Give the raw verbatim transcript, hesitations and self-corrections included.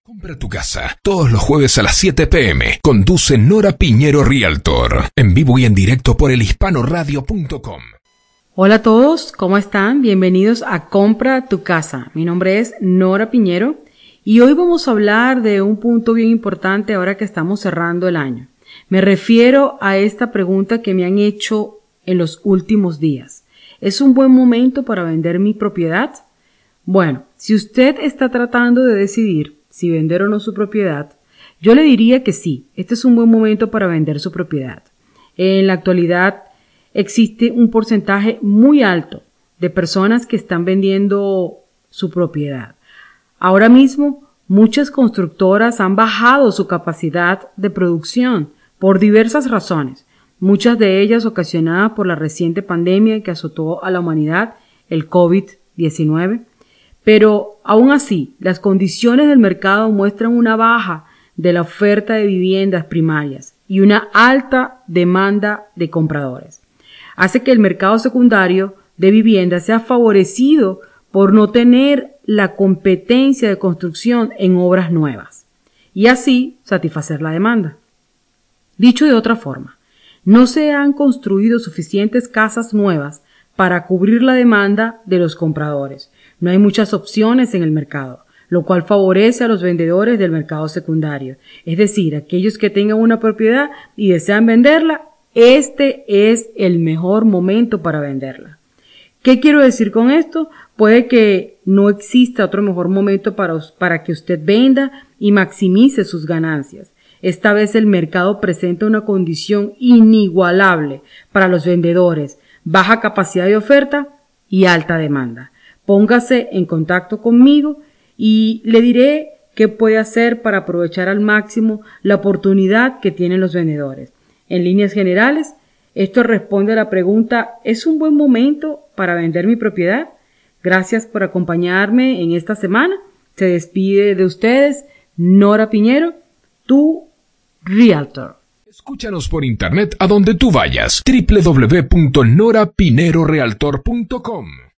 Compra tu casa todos los jueves a las siete pe eme. Conduce Nora Piñero Realtor. En vivo y en directo por el hispano radio punto com. Hola a todos, ¿cómo están? Bienvenidos a Compra tu casa. Mi nombre es Nora Piñero y hoy vamos a hablar de un punto bien importante ahora que estamos cerrando el año. Me refiero a esta pregunta que me han hecho en los últimos días. ¿Es un buen momento para vender mi propiedad? Bueno, si usted está tratando de decidir si vender o no su propiedad, yo le diría que sí, este es un buen momento para vender su propiedad. En la actualidad existe un porcentaje muy alto de personas que están vendiendo su propiedad. Ahora mismo, muchas constructoras han bajado su capacidad de producción por diversas razones, muchas de ellas ocasionadas por la reciente pandemia que azotó a la humanidad, el COVID diecinueve. Pero aún así, las condiciones del mercado muestran una baja de la oferta de viviendas primarias y una alta demanda de compradores. Hace que el mercado secundario de viviendas sea favorecido por no tener la competencia de construcción en obras nuevas y así satisfacer la demanda. Dicho de otra forma, no se han construido suficientes casas nuevas para cubrir la demanda de los compradores. No hay muchas opciones en el mercado, lo cual favorece a los vendedores del mercado secundario. Es decir, aquellos que tengan una propiedad y desean venderla, este es el mejor momento para venderla. ¿Qué quiero decir con esto? Puede que no exista otro mejor momento para, para que usted venda y maximice sus ganancias. Esta vez el mercado presenta una condición inigualable para los vendedores, baja capacidad de oferta y alta demanda. Póngase en contacto conmigo y le diré qué puede hacer para aprovechar al máximo la oportunidad que tienen los vendedores. En líneas generales, esto responde a la pregunta, ¿es un buen momento para vender mi propiedad? Gracias por acompañarme en esta semana. Se despide de ustedes Nora Piñero, tu Realtor. Escúchanos por internet a donde tú vayas. doble u doble u doble u punto nora pinero realtor punto com